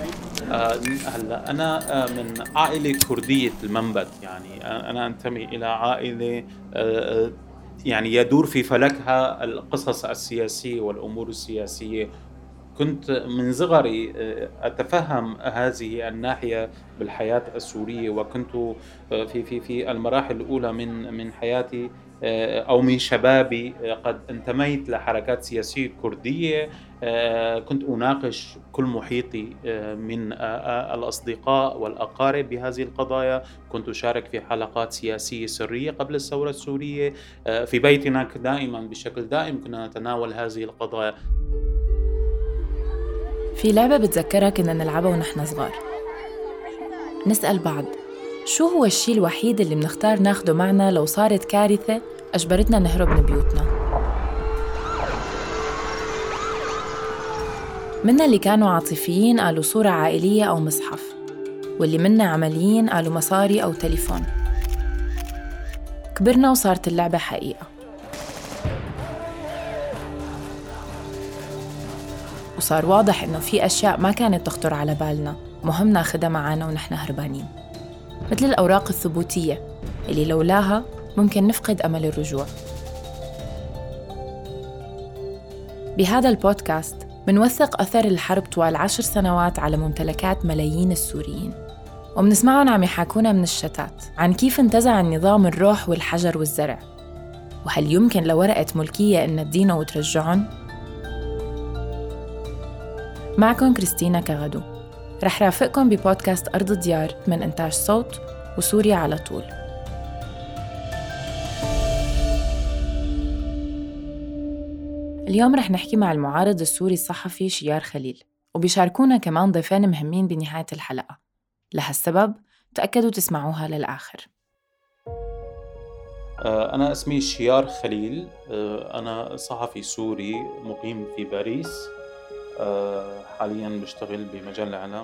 هلا أنا من عائلة كردية المنبت، يعني أنا أنتمي إلى عائلة آآ يعني يدور في فلكها القصص السياسية والأمور السياسية. كنت من صغري أتفهم هذه الناحية بالحياة السورية، وكنت في المراحل الأولى من حياتي أو من شبابي قد انتميت لحركات سياسية كردية. كنت أناقش كل محيطي من الأصدقاء والأقارب بهذه القضايا. كنت أشارك في حلقات سياسية سرية قبل الثورة السورية. في بيتنا دائما بشكل دائم كنا نتناول هذه القضايا. في لعبة بتذكرها كنا نلعبها ونحن صغار. نسأل بعض شو هو الشيء الوحيد اللي منختار ناخده معنا لو صارت كارثة أجبرتنا نهرب من بيوتنا. منا اللي كانوا عاطفيين قالوا صورة عائلية أو مصحف، واللي منا عمليين قالوا مصاري أو تليفون. كبرنا وصارت اللعبة حقيقة، وصار واضح إنه في أشياء ما كانت تخطر على بالنا مهم ناخدها معانا ونحن هربانين، مثل الأوراق الثبوتية اللي لولاها ممكن نفقد أمل الرجوع. بهذا البودكاست منوثق أثر الحرب طوال 10 سنوات على ممتلكات ملايين السوريين، ومنسمعهم عم يحاكونا من الشتات عن كيف انتزع النظام الروح والحجر والزرع، وهل يمكن لورقة ملكية إن تدينه وترجعهم؟ معكم كريستينا كغدو، رح رافقكم ببودكاست أرض الديار من إنتاج صوت وسوريا على طول. اليوم رح نحكي مع المعارض السوري الصحفي شيار خليل، وبيشاركونا كمان ضيفين مهمين بنهاية الحلقة. لهالسبب تأكدوا تسمعوها للآخر. أنا اسمي شيار خليل. أنا صحفي سوري مقيم في باريس. حالياً بشتغل بمجال الإعلام.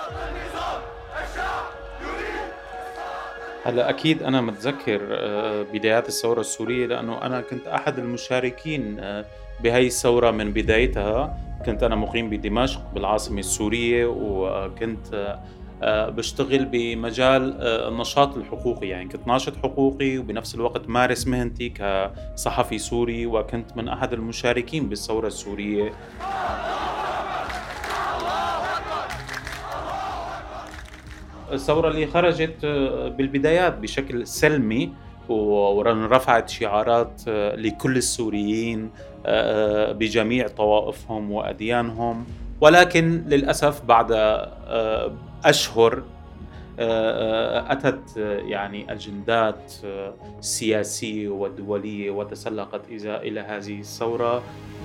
هلا أكيد أنا متذكر بدايات الثورة السورية، لأنه أنا كنت أحد المشاركين بهاي الثورة من بدايتها. كنت أنا مقيم بدمشق بالعاصمة السورية، وكنت بشتغل بمجال النشاط الحقوقي، يعني كنت ناشط حقوقي وبنفس الوقت مارس مهنتي كصحفي سوري، وكنت من أحد المشاركين بالثورة السورية. الثورة اللي خرجت بالبدايات بشكل سلمي ورفعت شعارات لكل السوريين بجميع طوائفهم وأديانهم، ولكن للأسف بعد أشهر أتت يعني أجندات سياسية ودولية وتسلقت إلى هذه الثورة.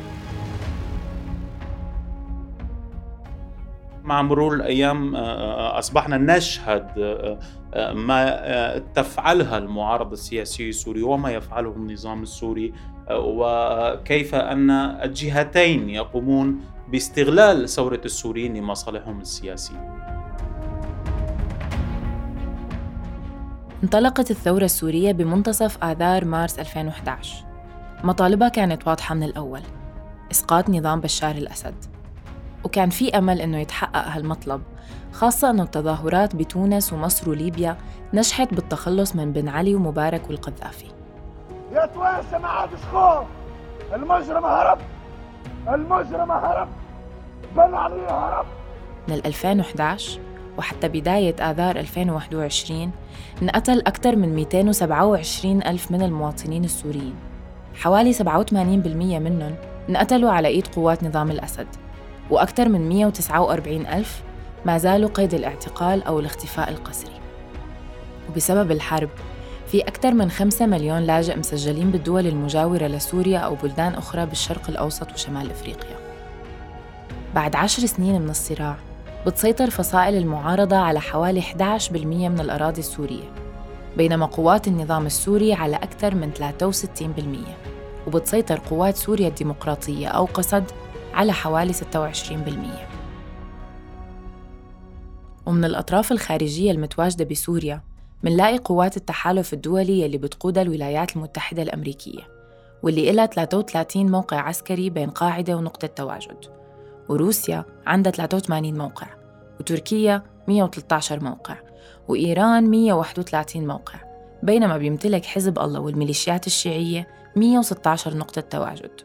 مع مرور الأيام أصبحنا نشهد ما تفعلها المعارضة السياسية السورية وما يفعله النظام السوري، وكيف أن الجهتين يقومون باستغلال ثورة السوريين لمصالحهم السياسية. انطلقت الثورة السورية بمنتصف آذار مارس 2011. مطالبها كانت واضحة من الأول: إسقاط نظام بشار الأسد. وكان في أمل إنه يتحقق هالمطلب، خاصة إنه التظاهرات بتونس ومصر وليبيا نجحت بالتخلص من بن علي ومبارك والقذافي. يا توانسة ما عادش خوف، المجرم هرب، المجرم هرب، بن علي هرب. من 2011 وحتى بداية آذار 2021 انقتل أكثر من 227 ألف من المواطنين السوريين. حوالي 87% منهم انقتلوا على إيد قوات نظام الأسد، وأكثر من 149 ألف ما زالوا قيد الاعتقال أو الاختفاء القسري. وبسبب الحرب في أكثر من 5 مليون لاجئ مسجلين بالدول المجاورة لسوريا أو بلدان أخرى بالشرق الأوسط وشمال أفريقيا. بعد 10 سنين من الصراع بتسيطر فصائل المعارضة على حوالي 11% من الأراضي السورية، بينما قوات النظام السوري على أكثر من 63%، وبتسيطر قوات سوريا الديمقراطية أو قسد على حوالي 26%. ومن الأطراف الخارجية المتواجدة بسوريا منلاقي قوات التحالف الدولي يلي بتقودها الولايات المتحدة الأمريكية، واللي إلها 33 موقع عسكري بين قاعدة ونقطة تواجد، وروسيا عندها 83 موقع، وتركيا 113 موقع، وإيران 131 موقع، بينما بيمتلك حزب الله والميليشيات الشيعية 116 نقطة تواجد.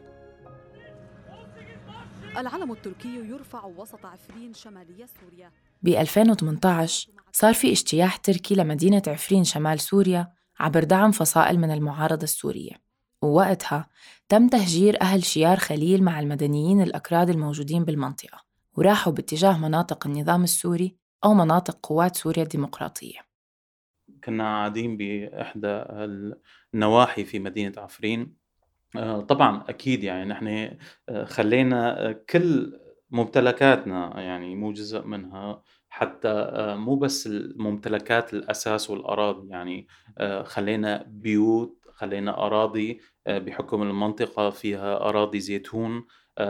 العلم التركي يرفع وسط عفرين شمالية سوريا. ب 2018 صار في اجتياح تركي لمدينة عفرين شمال سوريا عبر دعم فصائل من المعارضة السورية، ووقتها تم تهجير أهل شيار خليل مع المدنيين الأكراد الموجودين بالمنطقة، وراحوا باتجاه مناطق النظام السوري أو مناطق قوات سوريا الديمقراطية. كنا قاعدين بإحدى النواحي في مدينة عفرين. طبعا أكيد يعني نحن خلينا كل ممتلكاتنا، يعني مو جزء منها حتى، مو بس الممتلكات الأساس والأراضي، يعني خلينا بيوت، خلينا أراضي بحكم المنطقة فيها أراضي زيتون،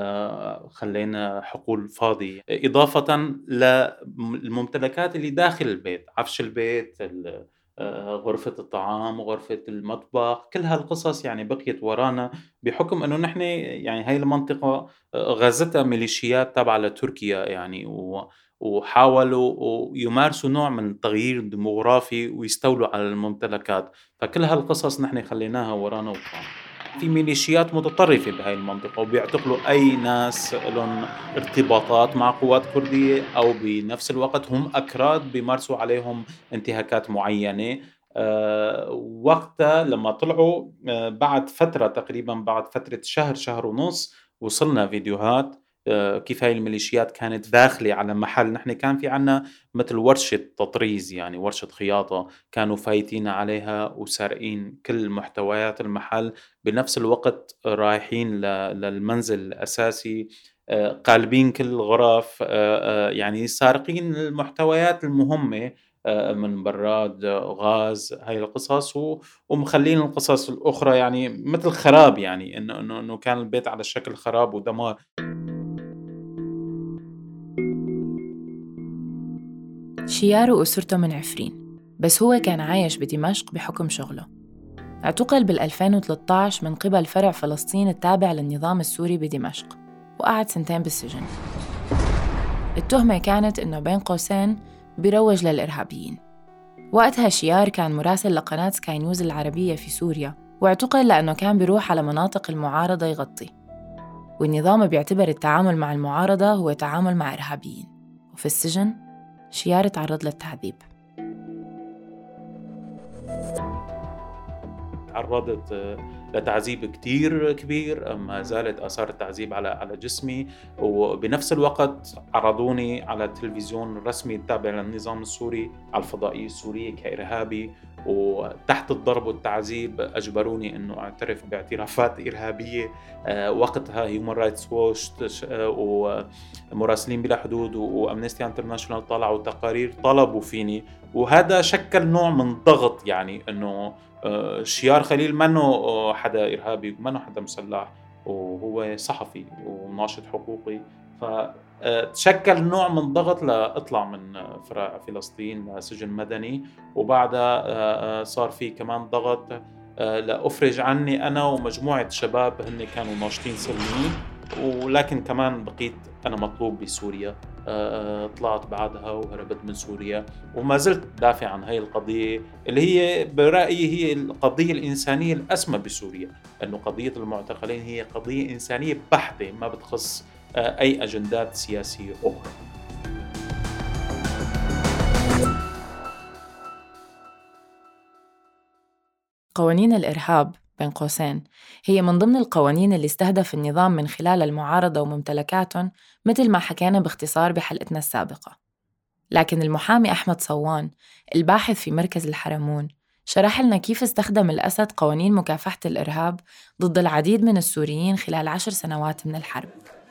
خلينا حقول فاضية، إضافة للممتلكات اللي داخل البيت، عفش البيت، غرفة الطعام وغرفة المطبخ، كل هالقصص يعني بقيت ورانا بحكم أنه نحن يعني هاي المنطقة غزتها ميليشيات تابعة لتركيا يعني، وحاولوا يمارسوا نوع من التغيير الديموغرافي ويستولوا على الممتلكات، فكل هالقصص نحن خليناها ورانا وطلعنا. في ميليشيات متطرفة بهاي المنطقة وبيعتقلوا أي ناس لهم ارتباطات مع قوات كردية أو بنفس الوقت هم أكراد بيمارسوا عليهم انتهاكات معينة. وقتها لما طلعوا بعد فترة تقريبا، بعد فترة شهر ونص، وصلنا فيديوهات كيف هاي الميليشيات كانت داخلة على محل. نحن كان في عنا مثل ورشة تطريز، يعني ورشة خياطة، كانوا فايتين عليها وسارقين كل محتويات المحل، بنفس الوقت رايحين للمنزل الأساسي، قالبين كل الغرف، يعني سارقين المحتويات المهمة من براد، غاز، هاي القصص، ومخلين القصص الأخرى يعني مثل خراب، يعني إنه كان البيت على شكل خراب ودمار. شيار وأسرته من عفرين، بس هو كان عايش بدمشق بحكم شغله. اعتقل بال2013 من قبل فرع فلسطين التابع للنظام السوري بدمشق، وقعد 2 بالسجن. التهمة كانت إنه بين قوسين بيروج للإرهابيين. وقتها شيار كان مراسل لقناة سكاي نيوز العربية في سوريا، واعتقل لأنه كان بيروح على مناطق المعارضة يغطي، والنظام بيعتبر التعامل مع المعارضة هو تعامل مع إرهابيين. وفي السجن شيار تعرض للتعذيب. تعرضت لتعذيب كتير كبير، ما زالت آثار التعذيب على جسمي، وبنفس الوقت عرضوني على التلفزيون الرسمي التابع للنظام السوري، على الفضائية السورية، كإرهابي، وتحت الضرب والتعذيب أجبروني أنه أعترف باعترافات إرهابية. وقتها هيومن رايتس ووتش ومراسلين بلا حدود وأمنستي انترناشونال طلعوا تقارير طلبوا فيني، وهذا شكل نوع من ضغط، يعني أنه شيار خليل منه حدا إرهابي ومنه حدا مسلح، وهو صحفي وناشط حقوقي، فتشكل نوع من ضغط لأطلع من فرع فلسطين لسجن مدني. وبعدها صار في كمان ضغط لأفرج عني أنا ومجموعة شباب هن كانوا ناشطين سلميين، ولكن كمان بقيت أنا مطلوب بسوريا. طلعت بعدها وهربت من سوريا، وما زلت دافع عن هاي القضية اللي هي برأيي هي القضية الإنسانية الأسمى بسوريا، أنه قضية المعتقلين هي قضية إنسانية بحتة، ما بتخص أي أجندات سياسية أخرى. قوانين الإرهاب بين قوسين هي من ضمن القوانين اللي استهدف النظام من خلال المعارضة وممتلكاتهم، مثل ما حكينا باختصار بحلقتنا السابقة. لكن المحامي أحمد صوان الباحث في مركز الحرمون شرح لنا كيف استخدم الأسد قوانين مكافحة الإرهاب ضد العديد من السوريين خلال 10 سنوات من الحرب.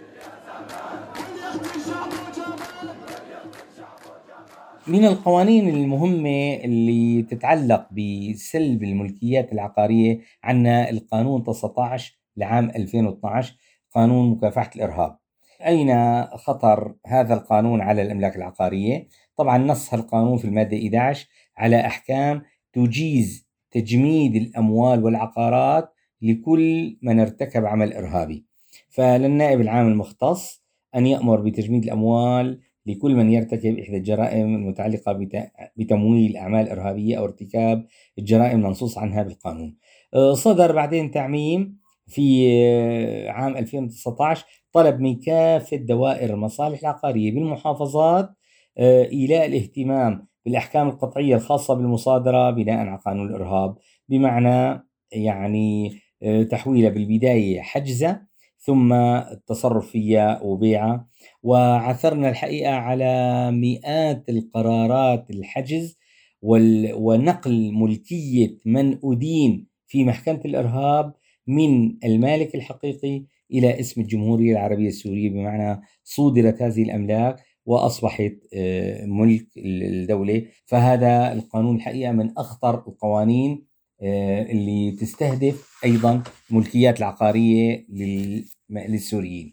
من القوانين المهمة اللي تتعلق بسلب الملكيات العقارية عنا القانون 19 لعام 2012، قانون مكافحة الإرهاب. أين خطر هذا القانون على الأملاك العقارية؟ طبعا نص القانون في المادة 11 على أحكام تجيز تجميد الأموال والعقارات لكل من ارتكب عمل إرهابي، فللنائب العام المختص أن يأمر بتجميد الأموال لكل من يرتكب إحدى الجرائم المتعلقة بتمويل أعمال إرهابية أو ارتكاب الجرائم المنصوص عنها بالقانون. صدر بعدين تعميم في عام 2019 طلب من كافة دوائر المصالح العقارية بالمحافظات إيلاء الاهتمام بالأحكام القطعية الخاصة بالمصادرة بناء على قانون الإرهاب، بمعنى يعني تحويلها بالبداية حجزة ثم التصرف فيها وبيعها. وعثرنا الحقيقة على مئات القرارات الحجز ونقل ملكية من أدين في محكمة الإرهاب من المالك الحقيقي إلى اسم الجمهورية العربية السورية، بمعنى صودرت هذه الأملاك وأصبحت ملك الدولة. فهذا القانون الحقيقة من أخطر القوانين اللي تستهدف أيضا ملكيات العقارية للسوريين.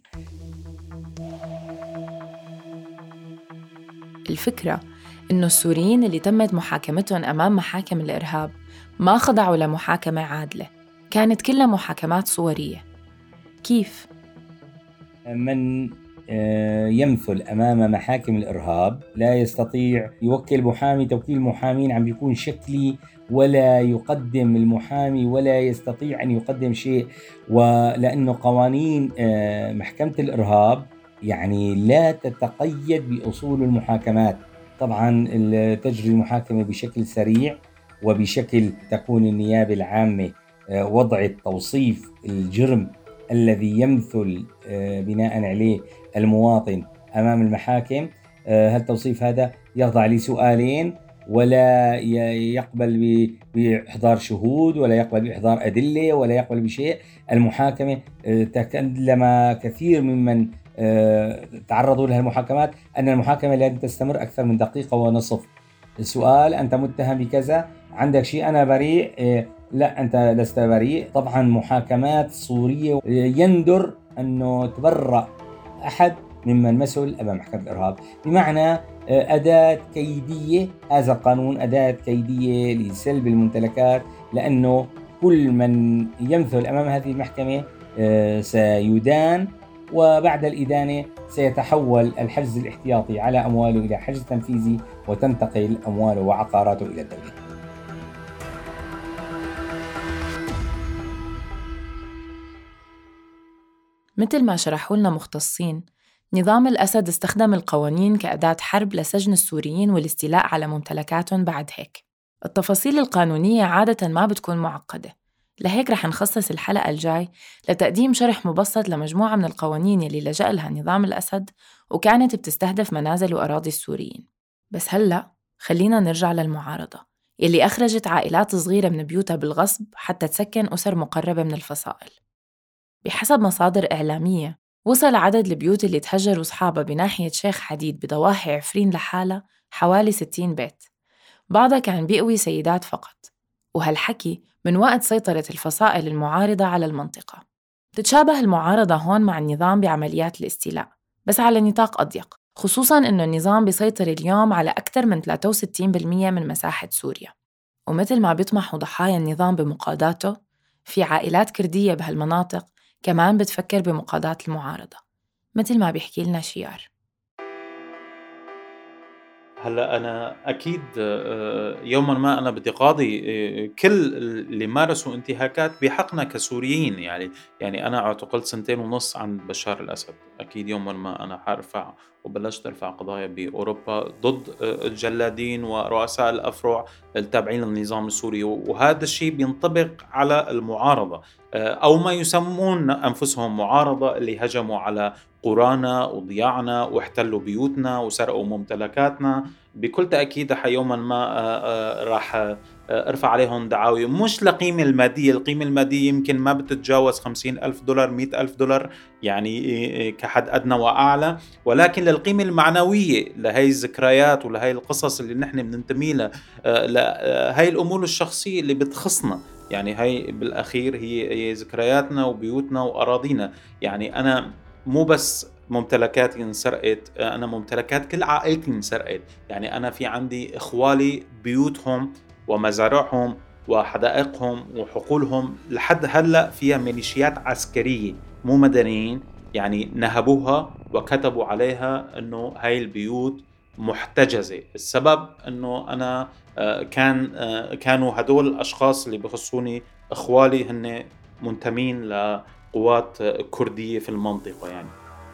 الفكرة إنه السوريين اللي تمت محاكمتهم أمام محاكم الإرهاب ما خضعوا لمحاكمة عادلة، كانت كلها محاكمات صورية. كيف؟ من يمثل أمام محاكم الإرهاب لا يستطيع يوكل محامي، توكيل محامين عم بيكون شكلي، ولا يقدم المحامي ولا يستطيع أن يقدم شيء، ولأنه قوانين محكمة الإرهاب يعني لا تتقيد بأصول المحاكمات. طبعا تجري المحاكمة بشكل سريع وبشكل تكون النيابة العامة وضعت توصيف الجرم الذي يمثل بناء عليه المواطن أمام المحاكم. هالتوصيف هذا يخضع لسؤالين، ولا يقبل بإحضار شهود، ولا يقبل بإحضار أدلة، ولا يقبل بشيء. المحاكمة تكلم كثير ممن تعرضوا لها المحاكمات أن المحاكمة لن تستمر أكثر من دقيقة ونصف. السؤال: أنت متهم بكذا، عندك شيء؟ أنا بريء. لا، أنت لست بريء. طبعا محاكمات صورية يندر أنه تبرأ أحد ممن مثل أمام محكمة الإرهاب، بمعنى أداة كيدية. هذا القانون أداة كيدية لسلب الممتلكات، لأنه كل من يمثل أمام هذه المحكمة سيدان، وبعد الإدانة سيتحول الحجز الاحتياطي على أمواله إلى حجز تنفيذي، وتنتقل أمواله وعقاراته إلى الدولة. مثل ما شرحوا لنا مختصين، نظام الأسد استخدم القوانين كأداة حرب لسجن السوريين والاستيلاء على ممتلكاتهم. بعد هيك التفاصيل القانونية عادة ما بتكون معقدة، لهيك رح نخصص الحلقة الجاي لتقديم شرح مبسط لمجموعة من القوانين يلي لجأ لها نظام الأسد وكانت بتستهدف منازل وأراضي السوريين. بس هلأ خلينا نرجع للمعارضة يلي أخرجت عائلات صغيرة من بيوتها بالغصب حتى تسكن أسر مقربة من الفصائل. بحسب مصادر إعلامية، وصل عدد البيوت اللي تهجروا أصحابها بناحية شيخ حديد بضواحي عفرين لحالها حوالي 60 بيت، بعضها كان بيقوي سيدات فقط، وهالحكي من وقت سيطرة الفصائل المعارضة على المنطقة. تتشابه المعارضة هون مع النظام بعمليات الاستيلاء، بس على نطاق أضيق، خصوصاً إنه النظام بيسيطر اليوم على أكثر من 63% من مساحة سوريا. ومثل ما بيطمحوا ضحايا النظام بمقاضاته، في عائلات كردية بهالمناطق كمان بتفكر بمقاضاة المعارضة، مثل ما بيحكي لنا شيار. هلا أنا أكيد يوما ما أنا بدي قاضي كل اللي مارسوا انتهاكات بحقنا كسوريين. يعني أنا اعتقلت 2.5 سنين عن بشار الأسد، أكيد يوما ما أنا حارفع وبلشت أرفع قضايا بأوروبا ضد الجلادين ورؤساء الأفرع التابعين للنظام السوري، وهذا الشيء بينطبق على المعارضة أو ما يسمون أنفسهم معارضة، اللي هجموا على قرانا وضياعنا واحتلوا بيوتنا وسرقوا ممتلكاتنا. بكل تأكيد يوما ما راح ارفع عليهم دعاوي، مش لقيمة المادية. القيمة المادية يمكن ما بتتجاوز $50,000 $100,000 يعني كحد أدنى وأعلى، ولكن للقيمة المعنوية لهي الذكريات ولهي القصص اللي نحن بننتمي لها، لهي الأمور الشخصية اللي بتخصنا. يعني هاي بالأخير هي ذكرياتنا وبيوتنا وأراضينا. يعني أنا مو بس ممتلكاتي انسرقت، أنا ممتلكات كل عائلتي انسرقت. يعني أنا في عندي إخوالي بيوتهم ومزارعهم وحدائقهم وحقولهم لحد هلأ فيها ميليشيات عسكرية مو مدنيين، يعني نهبوها وكتبوا عليها أنه هاي البيوت محتجزة. السبب أنه أنا كانوا هدول الأشخاص اللي بخصوني أخوالي هن منتمين لقوات كردية في المنطقة. يعني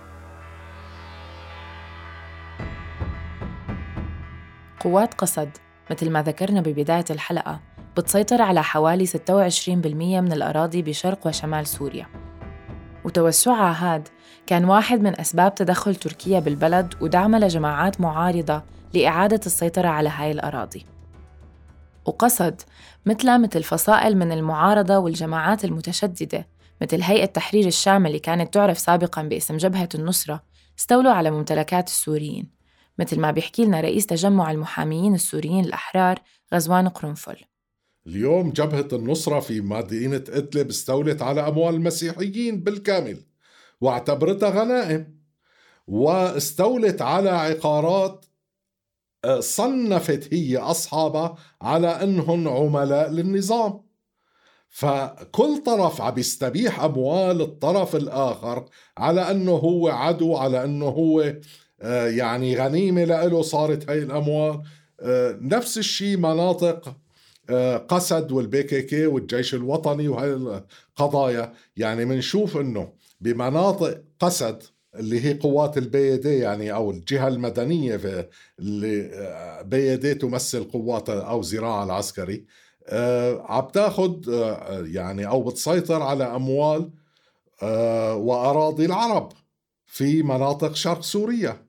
قوات قسد مثل ما ذكرنا ببداية الحلقة بتسيطر على حوالي 26% من الأراضي بشرق وشمال سوريا، وتوسعها هاد كان واحد من أسباب تدخل تركيا بالبلد ودعمها لجماعات معارضة لإعادة السيطرة على هاي الأراضي. وقسد مثل فصائل من المعارضة والجماعات المتشددة مثل هيئة تحرير الشام اللي كانت تعرف سابقاً باسم جبهة النصرة استولوا على ممتلكات السوريين، مثل ما بيحكي لنا رئيس تجمع المحاميين السوريين الأحرار غزوان قرنفل. اليوم جبهة النصرة في مدينة إدلب استولت على أموال المسيحيين بالكامل واعتبرتها غنائم، واستولت على عقارات صنفت هي أصحابها على أنهم عملاء للنظام. فكل طرف عم يستبيح أموال الطرف الآخر على أنه هو عدو، على أنه هو يعني غنيمة لإله صارت هاي الأموال. نفس الشيء مناطق قسد والBKK والجيش الوطني وهي القضايا. يعني منشوف أنه بمناطق قسد اللي هي قوات الBYD يعني أو الجهة المدنية في اللي BYD تمثل قوات أو زراعة العسكري، عم تاخد يعني أو بتسيطر على أموال وأراضي العرب في مناطق شرق سوريا،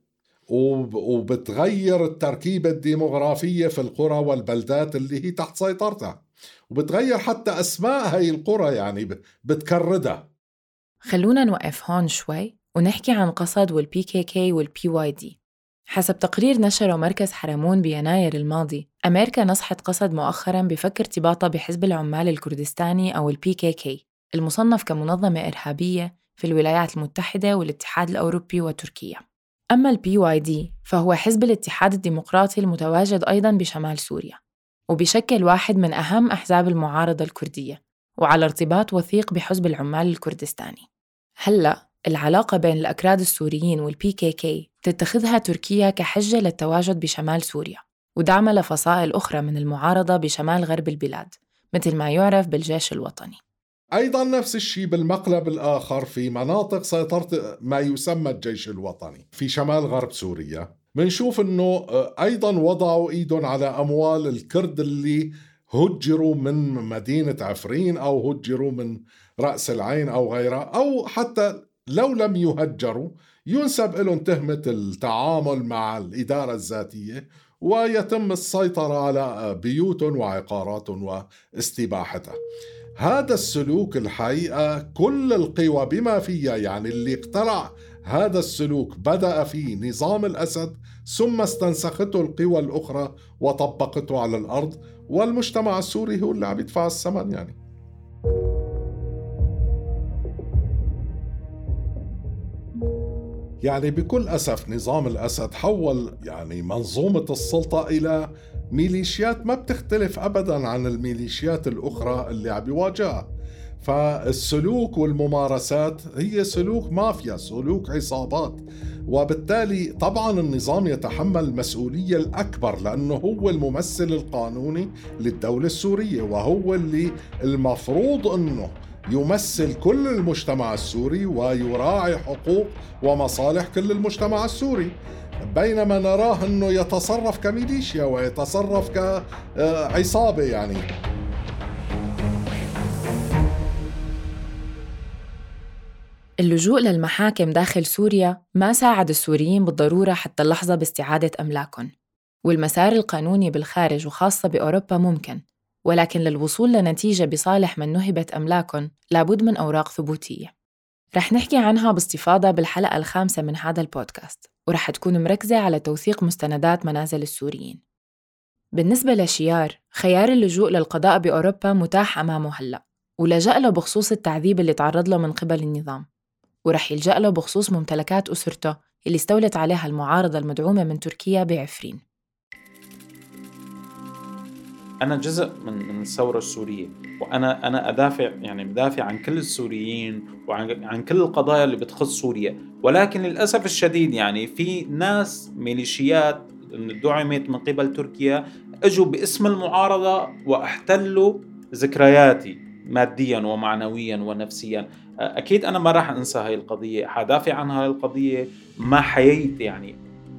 وبتغير التركيبة الديموغرافية في القرى والبلدات اللي هي تحت سيطرتها، وبتغير حتى أسماء هاي القرى، يعني بتكردها. خلونا نوقف هون شوي ونحكي عن قسد والPKK والPYD. حسب تقرير نشره مركز حرمون بيناير الماضي، أمريكا نصحت قسد مؤخراً بفك ارتباطها بحزب العمال الكردستاني أو الPKK المصنف كمنظمة إرهابية في الولايات المتحدة والاتحاد الأوروبي وتركيا. أما الPYD فهو حزب الاتحاد الديمقراطي المتواجد أيضاً بشمال سوريا، وبيشكل واحد من أهم أحزاب المعارضة الكردية وعلى ارتباط وثيق بحزب العمال الكردستاني. هلأ العلاقة بين الأكراد السوريين والPKK تتخذها تركيا كحجة للتواجد بشمال سوريا ودعمها لفصائل أخرى من المعارضة بشمال غرب البلاد مثل ما يعرف بالجيش الوطني. أيضا نفس الشيء بالمقلب الآخر في مناطق سيطرة ما يسمى الجيش الوطني في شمال غرب سوريا، بنشوف أنه أيضا وضعوا إيدهم على أموال الكرد اللي هجروا من مدينة عفرين أو هجروا من رأس العين أو غيرها، أو حتى لو لم يهجروا ينسب لهم تهمة التعامل مع الإدارة الذاتية ويتم السيطرة على بيوتهم وعقاراتهم واستباحتها. هذا السلوك الحقيقة كل القوى بما فيها يعني اللي اقترع هذا السلوك بدأ فيه نظام الأسد، ثم استنسخته القوى الأخرى وطبقته على الأرض، والمجتمع السوري هو اللي عم يدفع الثمن. يعني بكل أسف نظام الأسد حول يعني منظومة السلطة إلى ميليشيات ما بتختلف أبداً عن الميليشيات الأخرى اللي عم يواجهها. فالسلوك والممارسات هي سلوك مافيا، سلوك عصابات، وبالتالي طبعاً النظام يتحمل المسؤولية الأكبر لأنه هو الممثل القانوني للدولة السورية، وهو اللي المفروض أنه يمثل كل المجتمع السوري ويراعي حقوق ومصالح كل المجتمع السوري، بينما نراه أنه يتصرف كميليشيا ويتصرف كعصابة. يعني اللجوء للمحاكم داخل سوريا ما ساعد السوريين بالضرورة حتى اللحظة باستعادة أملاكهم، والمسار القانوني بالخارج وخاصة بأوروبا ممكن، ولكن للوصول لنتيجة بصالح من نهبت أملاكهم لابد من أوراق ثبوتية. رح نحكي عنها باستفاضة بالحلقة الخامسة من هذا البودكاست، ورح تكون مركزة على توثيق مستندات منازل السوريين. بالنسبة لشيار، خيار اللجوء للقضاء بأوروبا متاح أمامه هلأ، ولجأ له بخصوص التعذيب اللي تعرض له من قبل النظام، ورح يلجأ له بخصوص ممتلكات أسرته اللي استولت عليها المعارضة المدعومة من تركيا بعفرين. أنا جزء من الثورة السورية، وأنا بدافع عن كل السوريين وعن كل القضايا اللي بتخص سوريا، ولكن للأسف الشديد يعني في ناس ميليشيات دعمت من قبل تركيا اجوا باسم المعارضة واحتلوا ذكرياتي ماديا ومعنويا ونفسيا. أكيد أنا ما راح أنسى هاي القضية، حدافع عن هاي القضية ما حييت. يعني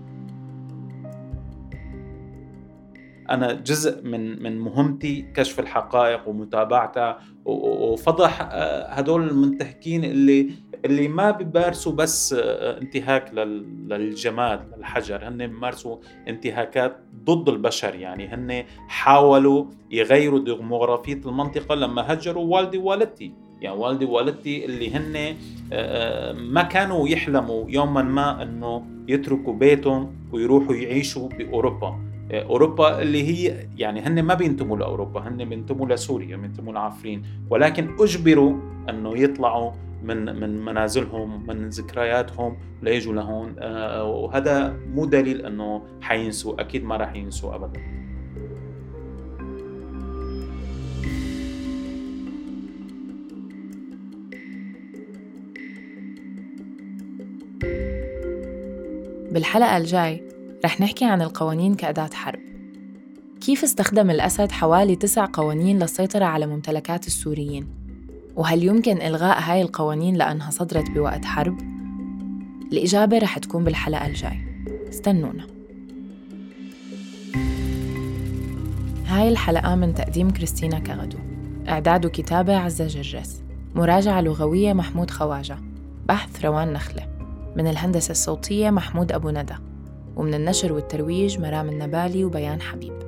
أنا جزء من مهمتي كشف الحقائق ومتابعتها وفضح هدول المنتهكين اللي ما بيمارسوا بس انتهاك للجماد للحجر، هن بيمارسوا انتهاكات ضد البشر. يعني هن حاولوا يغيروا ديموغرافية المنطقة لما هجروا والدي ووالدتي. يعني والدي ووالدتي اللي هن ما كانوا يحلموا يوما ما أنه يتركوا بيتهم ويروحوا يعيشوا بأوروبا اللي هي يعني هن ما بينتموا لأوروبا، هن بينتموا لسوريا، بينتموا لعفرين، ولكن أجبروا أنه يطلعوا من منازلهم من ذكرياتهم ليجوا لهون. وهذا مو دليل أنه حينسوا، أكيد ما راح ينسوا أبدا. بالحلقة الجاي رح نحكي عن القوانين كأداة حرب. كيف استخدم الأسد حوالي 9 قوانين للسيطرة على ممتلكات السوريين؟ وهل يمكن إلغاء هاي القوانين لأنها صدرت بوقت حرب؟ الإجابة رح تكون بالحلقة الجاي، استنونا. هاي الحلقة من تقديم كريستينا كغدو، إعداد وكتابة عزة جرجس، مراجعة لغوية محمود خواجة، بحث روان نخلة، من الهندسة الصوتية محمود أبو ندى، ومن النشر والترويج مرام النبالي وبيان حبيب.